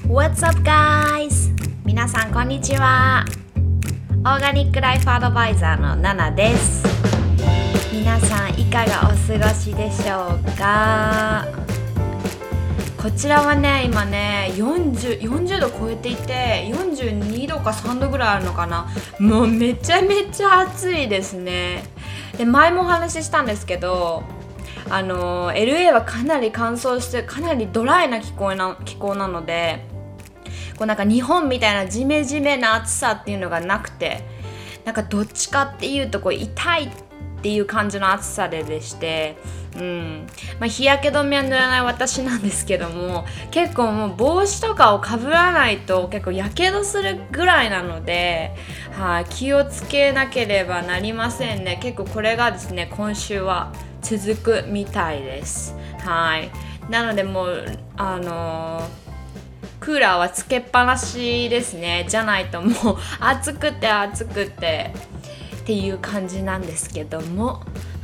What's up guys? 皆さんこんにちは。オーガニックライフアドバイザーのナナです。皆さんいかがお過ごしでしょうか？こちらはね、今ね、40度超えていて、42度か3度ぐらいあるのかな。もうめちゃめちゃ暑いですね。で、前もお話ししたんですけど、LA はかなり乾燥してかなりドライな気候なので、こうなんか日本みたいなジメジメな暑さっていうのがなくて、なんかどっちかっていうとこう痛いっていう感じの暑さでして、日焼け止めは塗らない私なんですけども、結構もう帽子とかをかぶらないと結構やけどするぐらいなので、気をつけなければなりませんね。結構これがですね、今週は続くみたいです。なのでもうクーラーはつけっぱなしですね。じゃないともう暑くてっていう感じなんですけども、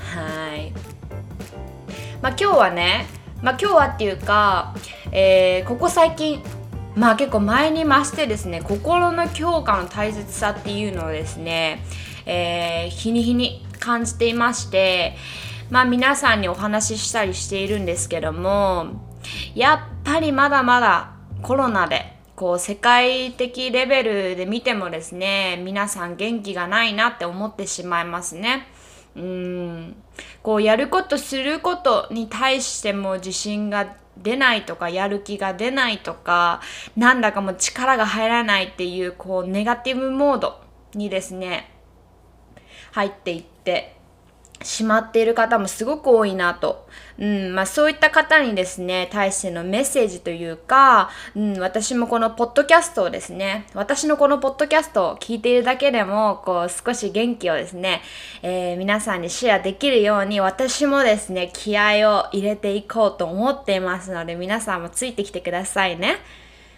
今日はね、今日はっていうか、ここ最近結構前に増してですね、心の強化の大切さっていうのをですね、日に日に感じていまして、皆さんにお話ししたりしているんですけども、やっぱりまだまだコロナでこう世界的レベルで見てもですね、皆さん元気がないなって思ってしまいますね。こうやることすることに対しても自信が出ないとか、やる気が出ないとか、なんだかもう力が入らないっていうこうネガティブモードにですね入っていってしまっている方もすごく多いなと。そういった方にですね、対してのメッセージというか、私もこのポッドキャストをですね、私のこのポッドキャストを聞いているだけでも、こう少し元気をですね、皆さんにシェアできるように、私もですね、気合を入れていこうと思っていますので、皆さんもついてきてくださいね。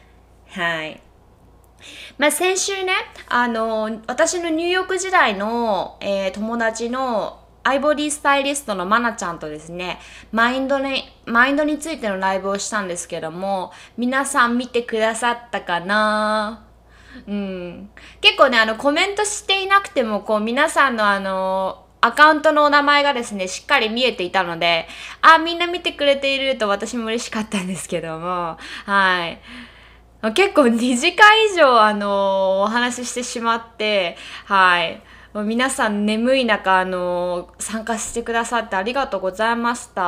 先週ね、私のニューヨーク時代の、友達のアイボリースタイリストのマナちゃんとですね、マインドについてのライブをしたんですけども、皆さん見てくださったかな？結構ね、コメントしていなくても、こう皆さんのアカウントのお名前がですね、しっかり見えていたので、みんな見てくれていると私も嬉しかったんですけども、結構2時間以上お話ししてしまって、皆さん眠い中参加してくださってありがとうございました。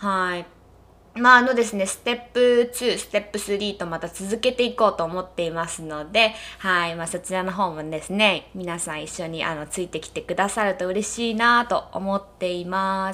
ですね、ステップ2、ステップ3とまた続けていこうと思っていますので、そちらの方もですね、皆さん一緒についてきてくださると嬉しいなと思っています。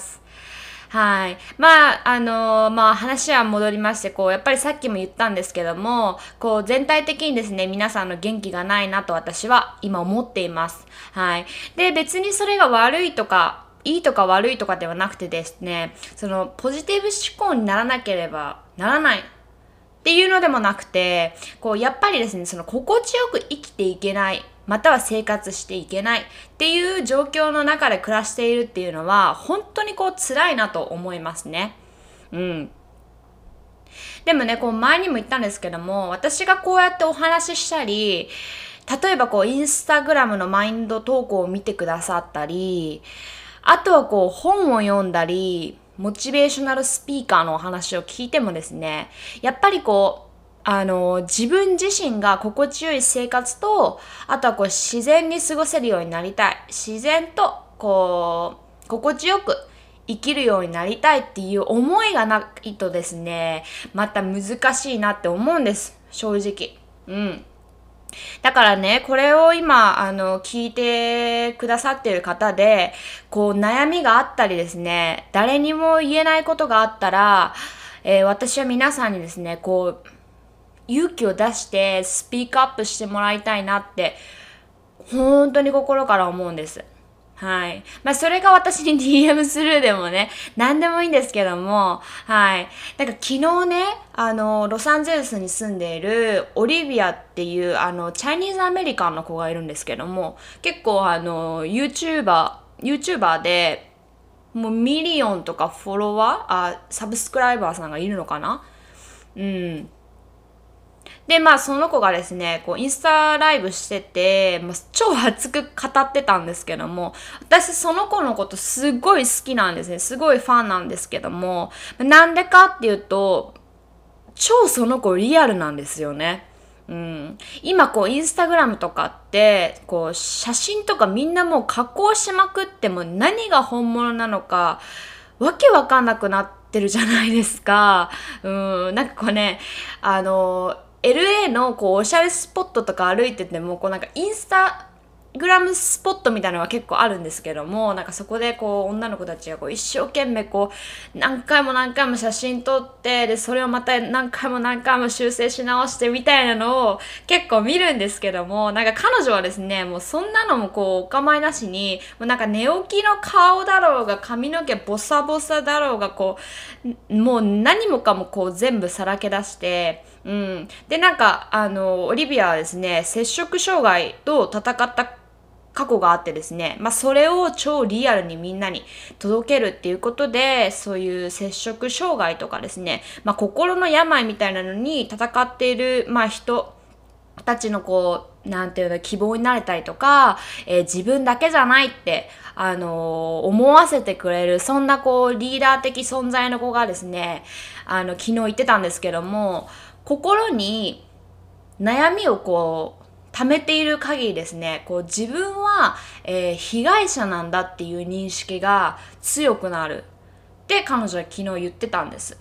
話は戻りまして、こう、やっぱりさっきも言ったんですけども、こう、全体的にですね、皆さんの元気がないなと私は今思っています。で、別にそれが悪いとか、いいとか悪いとかではなくてですね、その、ポジティブ思考にならなければならないっていうのでもなくて、こう、やっぱりですね、その、心地よく生きていけない。または生活していけないっていう状況の中で暮らしているっていうのは本当にこう辛いなと思いますね。でもね、こう前にも言ったんですけども、私がこうやってお話ししたり、例えばこうインスタグラムのマインド投稿を見てくださったり、あとはこう本を読んだり、モチベーショナルスピーカーのお話を聞いてもですね、やっぱりこう自分自身が心地よい生活と、あとはこう自然に過ごせるようになりたい。自然とこう心地よく生きるようになりたいっていう思いがないとですね、また難しいなって思うんです。正直。だからね、これを今、聞いてくださっている方で、こう悩みがあったりですね、誰にも言えないことがあったら、私は皆さんにですね、こう、勇気を出してスピークアップしてもらいたいなって本当に心から思うんです。それが私に DM スルーでもね、何でもいいんですけども、なんか昨日ね、ロサンゼルスに住んでいるオリビアっていう、チャイニーズアメリカンの子がいるんですけども、結構YouTuber で、もうミリオンとかフォロワー、サブスクライバーさんがいるのかな。 で、まあその子がですね、こうインスタライブしてて、まあ、超熱く語ってたんですけども、私その子のことすごい好きなんですね。すごいファンなんですけども、なんでかっていうと、超その子リアルなんですよね。うん、今こうインスタグラムとかってこう写真とかみんなもう加工しまくっても何が本物なのかわけわかんなくなってるじゃないですか。なんかこうね、LA のこうおしゃれスポットとか歩いててもこうなんかインスタグラムスポットみたいなのが結構あるんですけども、なんかそこでこう女の子たちがこう一生懸命こう何回も何回も写真撮って、でそれをまた何回も何回も修正し直してみたいなのを結構見るんですけども、なんか彼女はですね、もうそんなのもこうお構いなしに、もうなんか寝起きの顔だろうが髪の毛ボサボサだろうがこうもう何もかもこう全部さらけ出して、でなんかオリビアはですね、摂食障害と戦った過去があってですね、まあそれを超リアルにみんなに届けるっていうことで、そういう摂食障害とかですね、まあ心の病みたいなのに戦っている、まあ人たちのこう、なんていうの、希望になれたりとか、自分だけじゃないって、思わせてくれる、そんなこう、リーダー的存在の子がですね、昨日言ってたんですけども、心に悩みをこう、溜めている限りですね、こう自分は、被害者なんだっていう認識が強くなるって彼女は昨日言ってたんです。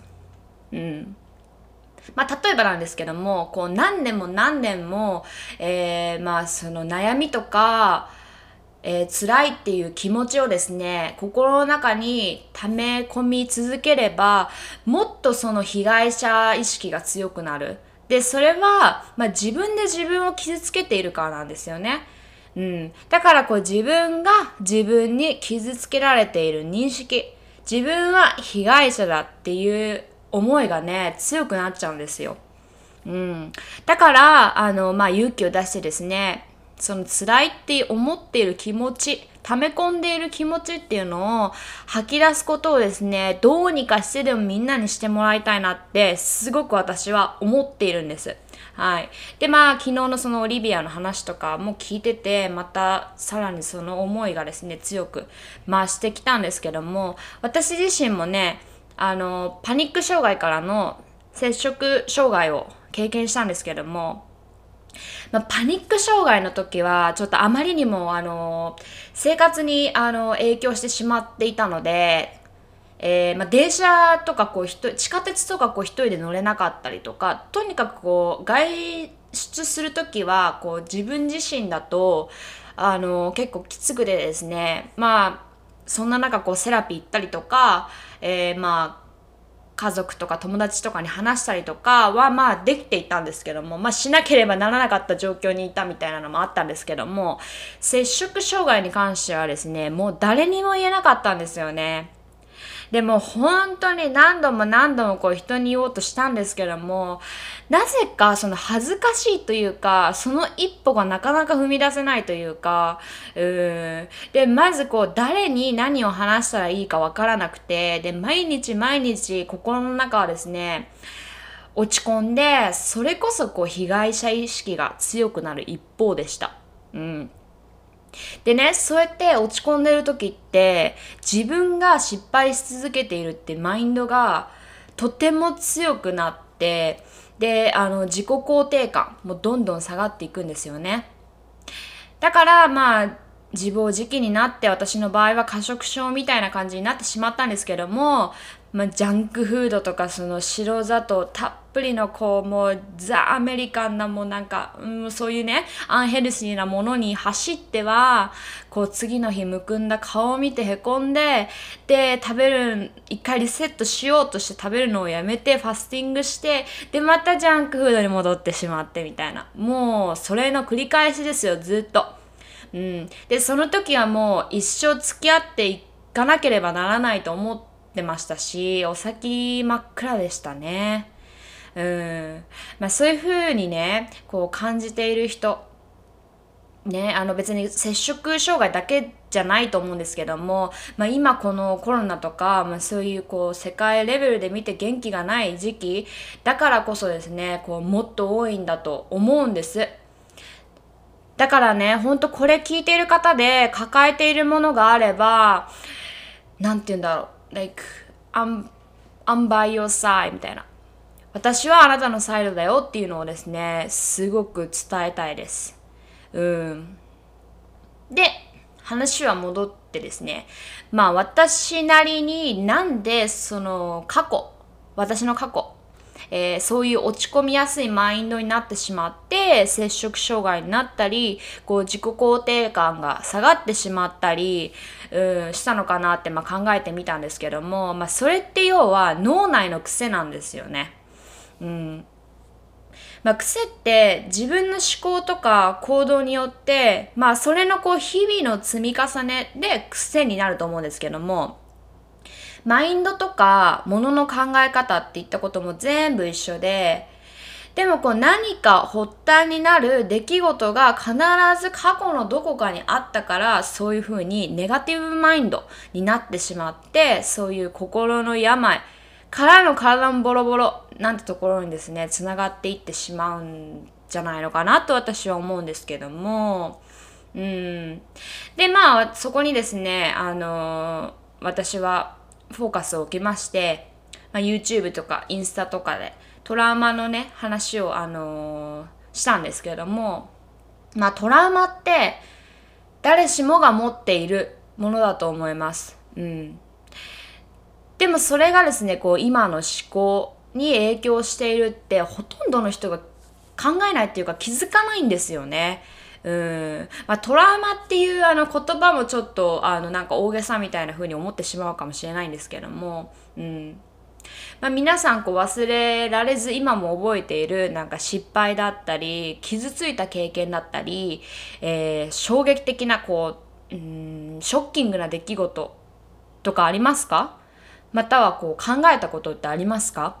まあ、例えばなんですけども、こう何年も何年も、まあその悩みとか、辛いっていう気持ちをですね、心の中に溜め込み続ければ、もっとその被害者意識が強くなる。で、それは、まあ、自分で自分を傷つけているからなんですよね。だからこう自分が自分に傷つけられている認識、自分は被害者だっていう思いがね、強くなっちゃうんですよ。だから、まあ、勇気を出してですね、その辛いって思っている気持ち、溜め込んでいる気持ちっていうのを吐き出すことをですね、どうにかしてでもみんなにしてもらいたいなってすごく私は思っているんです。はい。で、まあ昨日のそのオリビアの話とかも聞いてて、またさらにその思いがですね、強く増してきたんですけども、私自身もね、パニック障害からの摂食障害を経験したんですけども、まあ、パニック障害の時はちょっとあまりにも生活に影響してしまっていたので、まあ、電車とかこう地下鉄とかこう一人で乗れなかったりとか、とにかくこう外出する時はこう自分自身だと結構きつくてですね、まあそんな中こうセラピー行ったりとか、まあ家族とか友達とかに話したりとかはまあできていたんですけども、まあしなければならなかった状況にいたみたいなのもあったんですけども、摂食障害に関してはですね、もう誰にも言えなかったんですよね。でも本当に何度も何度もこう人に言おうとしたんですけども、なぜかその恥ずかしいというか、その一歩がなかなか踏み出せないというか、で、まずこう誰に何を話したらいいかわからなくて、で、毎日毎日心の中はですね、落ち込んで、それこそこう被害者意識が強くなる一方でした。でね、そうやって落ち込んでる時って、自分が失敗し続けているってマインドがとても強くなって、で、自己肯定感もどんどん下がっていくんですよね。だからまあ自暴自棄になって、私の場合は過食症みたいな感じになってしまったんですけども、まあ、ジャンクフードとかその白砂糖たっぷりのこうもうザ・アメリカンなもうなんか、そういうねアンヘルシーなものに走ってはこう次の日むくんだ顔を見てへこんで、で一回リセットしようとして食べるのをやめてファスティングして、でまたジャンクフードに戻ってしまってみたいな、もうそれの繰り返しですよ、ずっと。でその時はもう一生付き合っていかなければならないと思ってましたし、お先真っ暗でしたね。まあそういう風にねこう感じている人、 ね、別に摂食障害だけじゃないと思うんですけども、今このコロナとか、そういう世界レベルで見て元気がない時期だからこそですね、もっと多いんだと思うんです。だからね、ほんとこれ聞いている方で抱えているものがあれば、なんて言うんだろう、I'm by your side みたいな。私はあなたのサイドだよっていうのをですね、すごく伝えたいです。で、話は戻ってですね、私なりになんで私の過去、そういう落ち込みやすいマインドになってしまって摂食障害になったり自己肯定感が下がってしまったりしたのかなって考えてみたんですけども、それって要は脳内の癖なんですよね。癖って自分の思考とか行動によってそれの日々の積み重ねで癖になると思うんですけども、マインドとか物の考え方っていったことも全部一緒で、でも何か発端になる出来事が必ず過去のどこかにあったから、そういうふうにネガティブマインドになってしまって、そういう心の病からの体もボロボロなんてところにですね、つながっていってしまうんじゃないのかなと私は思うんですけども、でそこにですね、私はフォーカスを置きまして、YouTube とかインスタとかでトラウマのね話を、したんですけれども、トラウマって誰しもが持っているものだと思います。でもそれがですね今の思考に影響しているってほとんどの人が考えないっていうか気づかないんですよね。トラウマっていう言葉もちょっとなんか大げさみたいな風に思ってしまうかもしれないんですけども、皆さん忘れられず今も覚えているなんか失敗だったり傷ついた経験だったり、衝撃的なショッキングな出来事とかありますか？または考えたことってありますか？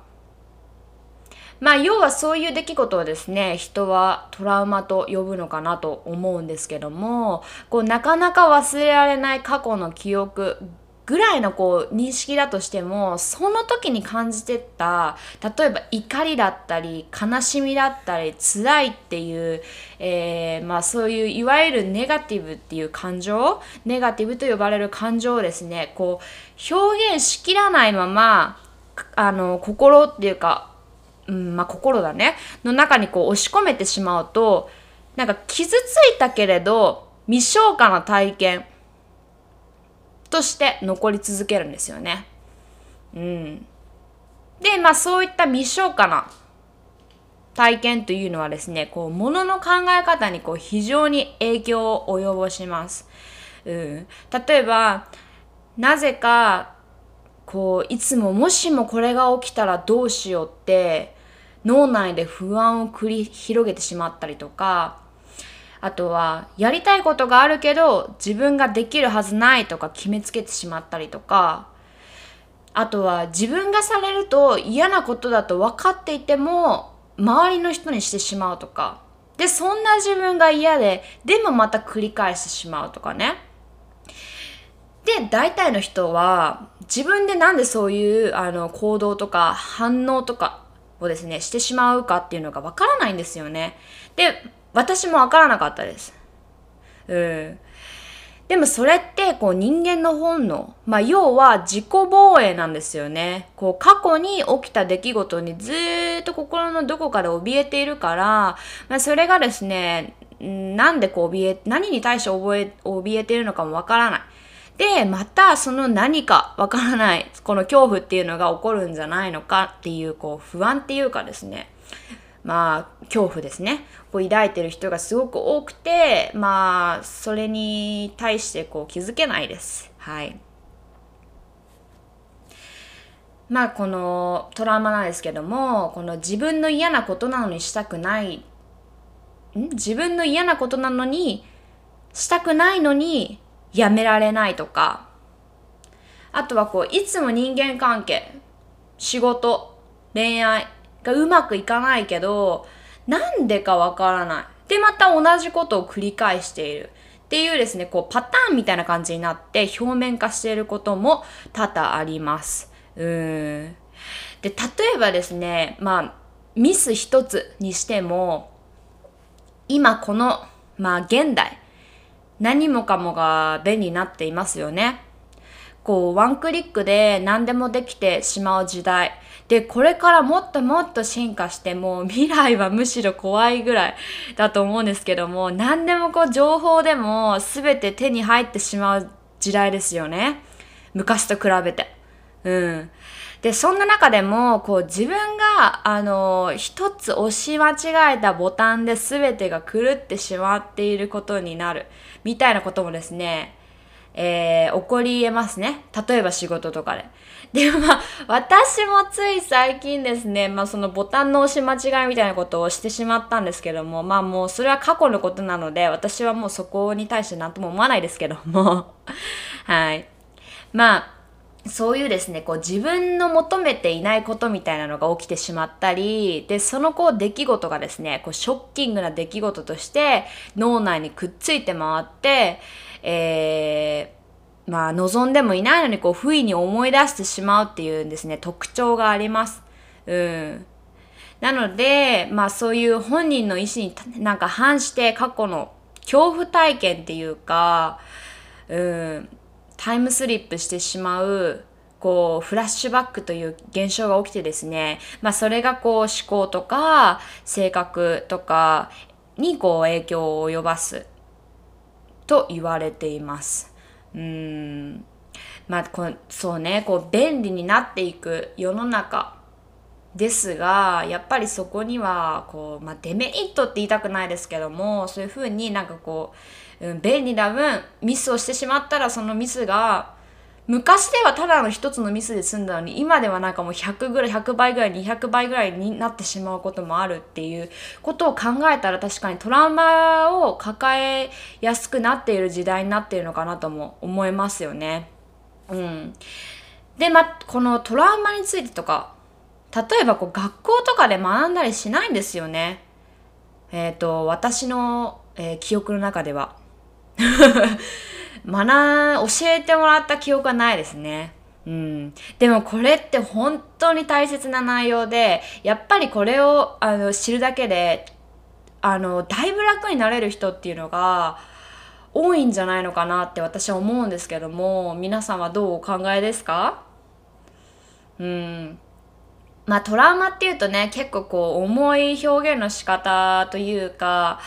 要はそういう出来事をですね、人はトラウマと呼ぶのかなと思うんですけども、なかなか忘れられない過去の記憶ぐらいの認識だとしても、その時に感じてた、例えば怒りだったり悲しみだったり辛いっていう、そういういわゆるネガティブっていう感情、ネガティブと呼ばれる感情をですね、表現しきらないまま心っていうか心だねの中に押し込めてしまうと、なんか傷ついたけれど未消化な体験として残り続けるんですよね。でそういった未消化な体験というのはですね、物の考え方に非常に影響を及ぼします。例えばなぜかいつももしもこれが起きたらどうしようって脳内で不安を繰り広げてしまったりとか、あとはやりたいことがあるけど自分ができるはずないとか決めつけてしまったりとか、あとは自分がされると嫌なことだと分かっていても周りの人にしてしまうとかで、そんな自分が嫌でもまた繰り返してしまうとかね。で大体の人は自分でなんでそういう行動とか反応とかをですねしてしまうかっていうのがわからないんですよね。で私もわからなかったです。でもそれって人間の本能、要は自己防衛なんですよね。過去に起きた出来事にずーっと心のどこかで怯えているから、それがですねなんで何に対して怯えているのかもわからない。でまたその何かわからないこの恐怖っていうのが起こるんじゃないのかっていう不安っていうかですね、恐怖ですね抱いてる人がすごく多くて、それに対して気づけないです。はい。このトラウマなんですけども、この自分の嫌なことなのにしたくない自分の嫌なことなのにしたくないのにやめられないとか、あとはいつも人間関係、仕事、恋愛がうまくいかないけどなんでかわからない。 で、また同じことを繰り返している。っていうですね、こうパターンみたいな感じになって表面化していることも多々あります。で、例えばですね、ミス一つにしても、今この、現代、何もかもが便利になっていますよね。こう、ワンクリックで何でもできてしまう時代。で、これからもっともっと進化しても、未来はむしろ怖いぐらいだと思うんですけども、何でもこう、情報でも全て手に入ってしまう時代ですよね。昔と比べて。で、そんな中でも、こう自分が、一つ押し間違えたボタンで全てが狂ってしまっていることになる。みたいなこともですね、起こり得ますね。例えば仕事とかで。で、私もつい最近ですね、そのボタンの押し間違いみたいなことをしてしまったんですけども、もうそれは過去のことなので、私はもうそこに対して何とも思わないですけども。はい。そういうですね、こう自分の求めていないことみたいなのが起きてしまったり、で、そのこう出来事がですね、こうショッキングな出来事として脳内にくっついて回って、望んでもいないのにこう不意に思い出してしまうっていうですね、特徴があります。なので、そういう本人の意思になんか反して過去の恐怖体験っていうか、タイムスリップしてしまう、こう、フラッシュバックという現象が起きてですね、それがこう、思考とか、性格とかにこう、影響を及ばすと言われています。そうね、こう、便利になっていく世の中ですが、やっぱりそこには、こう、デメリットって言いたくないですけども、そういうふうになんかこう、便利な分、ミスをしてしまったら、そのミスが、昔ではただの一つのミスで済んだのに、今ではなんかもう100倍ぐらい、200倍ぐらいになってしまうこともあるっていうことを考えたら、確かにトラウマを抱えやすくなっている時代になっているのかなとも思いますよね。で、このトラウマについてとか、例えばこう学校とかで学んだりしないんですよね。私の、記憶の中では。教えてもらった記憶はないですね。でもこれって本当に大切な内容で、やっぱりこれを知るだけで、だいぶ楽になれる人っていうのが多いんじゃないのかなって私は思うんですけども、皆さんはどうお考えですか？トラウマっていうとね、結構こう重い表現の仕方というか、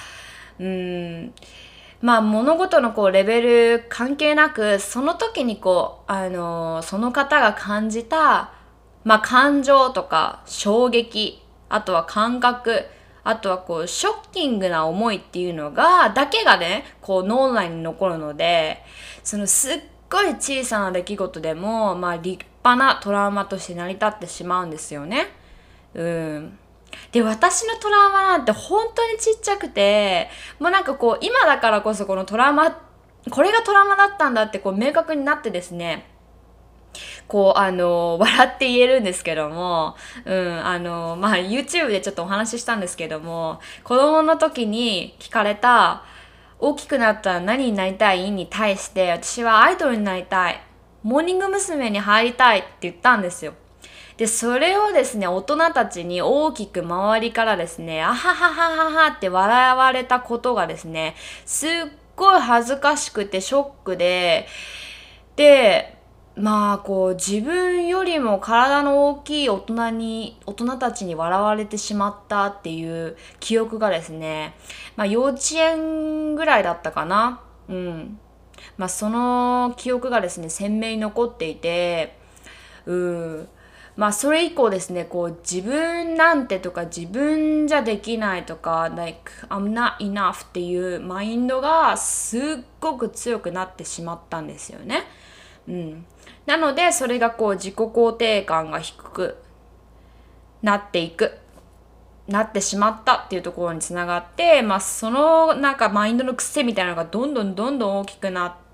物事のこうレベル関係なく、その時にこう、その方が感じた、感情とか衝撃、あとは感覚、あとはこうショッキングな思いっていうのだけがね、こう脳内に残るので、そのすっごい小さな出来事でも、立派なトラウマとして成り立ってしまうんですよね。で、私のトラウマなんて本当にちっちゃくて、もうなんかこう、今だからこそこのトラウマ、これがトラウマだったんだってこう明確になってですね、こう、笑って言えるんですけども、YouTube でちょっとお話ししたんですけども、子供の時に聞かれた、大きくなったら何になりたいに対して、私はアイドルになりたい。モーニング娘。に入りたいって言ったんですよ。で、それをですね、大人たちに大きく周りからですね、あはははははって笑われたことがですね、すっごい恥ずかしくてショックで、こう自分よりも体の大きい大人たちに笑われてしまったっていう記憶がですね、幼稚園ぐらいだったかな。その記憶がですね、鮮明に残っていて、それ以降ですね、こう自分なんてとか自分じゃできないとか、I'm not enough っていうマインドがすっごく強くなってしまったんですよね。なので、それがこう自己肯定感が低くなってしまったっていうところにつながって、そのなんかマインドの癖みたいなのがどんどん大きくなって、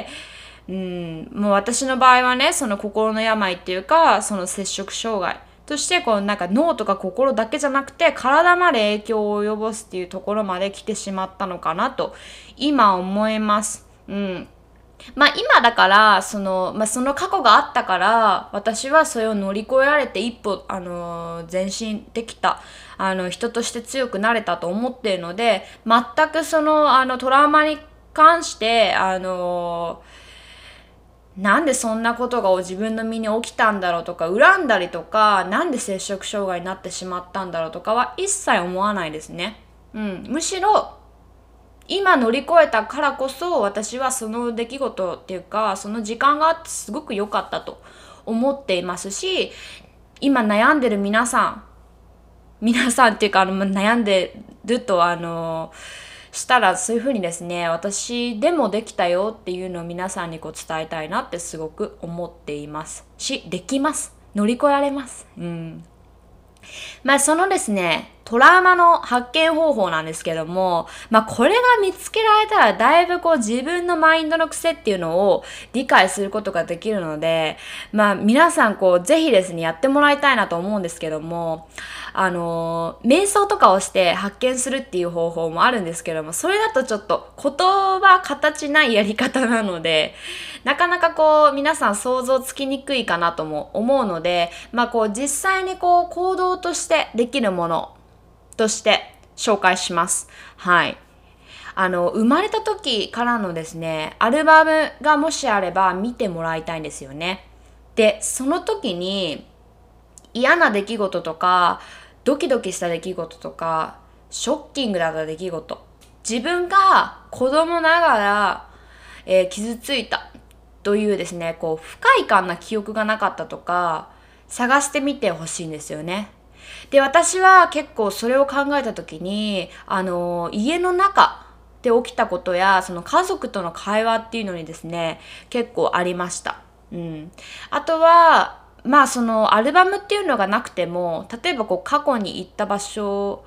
もう私の場合はね、その心の病っていうか、その摂食障害としてこうなんか脳とか心だけじゃなくて体まで影響を及ぼすっていうところまで来てしまったのかなと今思います。今だからその過去があったから私はそれを乗り越えられて一歩前進できた人として強くなれたと思っているので、全くそのトラウマに関してなんでそんなことが自分の身に起きたんだろうとか、恨んだりとか、なんで摂食障害になってしまったんだろうとかは一切思わないですね。むしろ今乗り越えたからこそ私はその出来事っていうかその時間があってすごく良かったと思っていますし、今悩んでる皆さんっていうか悩んでるとしたらそういう風にですね、私でもできたよっていうのを皆さんにこう伝えたいなってすごく思っていますし、できます。乗り越えられます。そのですね、トラウマの発見方法なんですけども、これが見つけられたらだいぶこう自分のマインドの癖っていうのを理解することができるので、皆さんこうぜひですねやってもらいたいなと思うんですけども、瞑想とかをして発見するっていう方法もあるんですけども、それだとちょっと言葉形ないやり方なので、なかなかこう皆さん想像つきにくいかなとも思うので、こう実際にこう行動としてできるものとして紹介します。はい。生まれた時からのですね、アルバムがもしあれば見てもらいたいんですよね。で、その時に嫌な出来事とか、ドキドキした出来事とか、ショッキングだった出来事、自分が子供ながら、傷ついたというですね、こう不快感な記憶がなかったとか、探してみてほしいんですよね。で、私は結構それを考えた時に、家の中で起きたことや、その家族との会話っていうのにですね、結構ありました。あとは、そのアルバムっていうのがなくても、例えばこう過去に行った場所、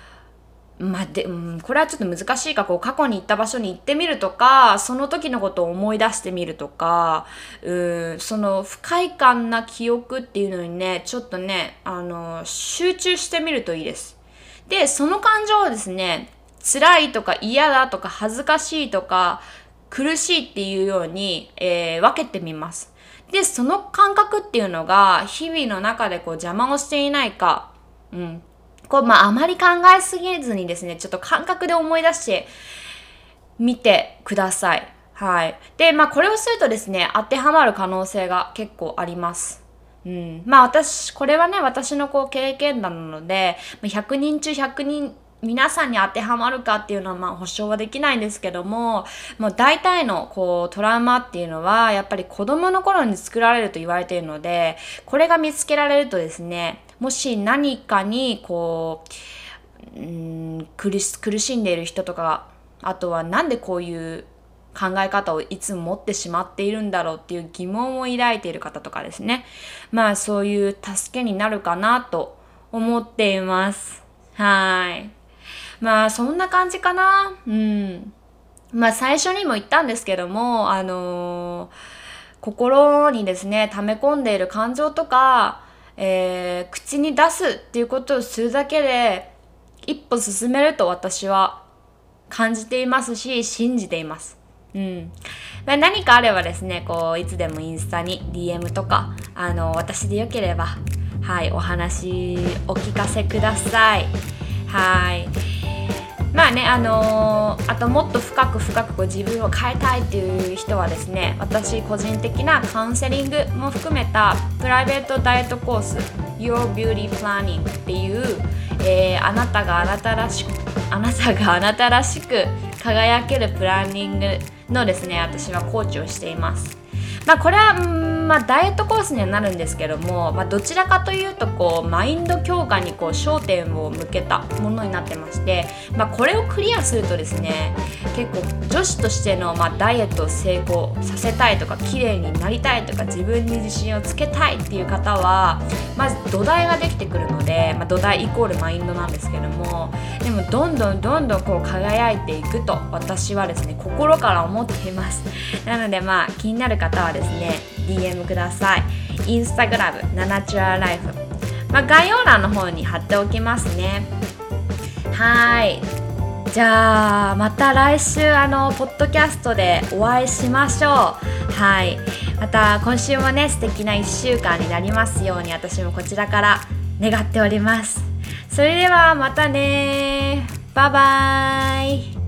これはちょっと難しいか、こう過去に行った場所に行ってみるとか、その時のことを思い出してみるとか、その不快感な記憶っていうのにね、ちょっとね、集中してみるといいです。で、その感情をですね、辛いとか嫌だとか恥ずかしいとか苦しいっていうように、分けてみます。で、その感覚っていうのが日々の中でこう邪魔をしていないか、こうあまり考えすぎずにですね、ちょっと感覚で思い出してみてください。はい。で、これをするとですね、当てはまる可能性が結構あります。これはね、私のこう経験談なので、100人中100人、皆さんに当てはまるかっていうのは保証はできないんですけども、もう大体のこうトラウマっていうのはやっぱり子供の頃に作られると言われているので、これが見つけられるとですね、もし何かにこう苦しんでいる人とか、あとはなんでこういう考え方をいつも持ってしまっているんだろうっていう疑問を抱いている方とかですね、そういう助けになるかなと思っています。はい。そんな感じかな。最初にも言ったんですけども、心にですね、溜め込んでいる感情とか、口に出すっていうことをするだけで一歩進めると私は感じていますし、信じています。何かあればですね、こういつでもインスタに DM とか私でよければお話お聞かせください。はい。あともっと深くこう自分を変えたいっていう人はですね、私個人的なカウンセリングも含めたプライベートダイエットコース Your Beauty Planning っていう、あなたがあなたらしく輝けるプランニングのですね、私はコーチをしています。これはダイエットコースにはなるんですけども、どちらかというとこうマインド強化にこう焦点を向けたものになってまして、これをクリアするとですね、結構女子としてのダイエットを成功させたいとか、綺麗になりたいとか、自分に自信をつけたいっていう方はまず土台ができてくるので、土台イコールマインドなんですけども、でもどんどんこう輝いていくと私はですね、心から思っています。なので気になる方はですね、DM ください。インスタグラムナナチュラルライフ、 概要欄の方に貼っておきますね。はい。じゃあまた来週ポッドキャストでお会いしましょう。はい。また今週もね素敵な1週間になりますように私もこちらから願っております。それではまたね。バイバイ。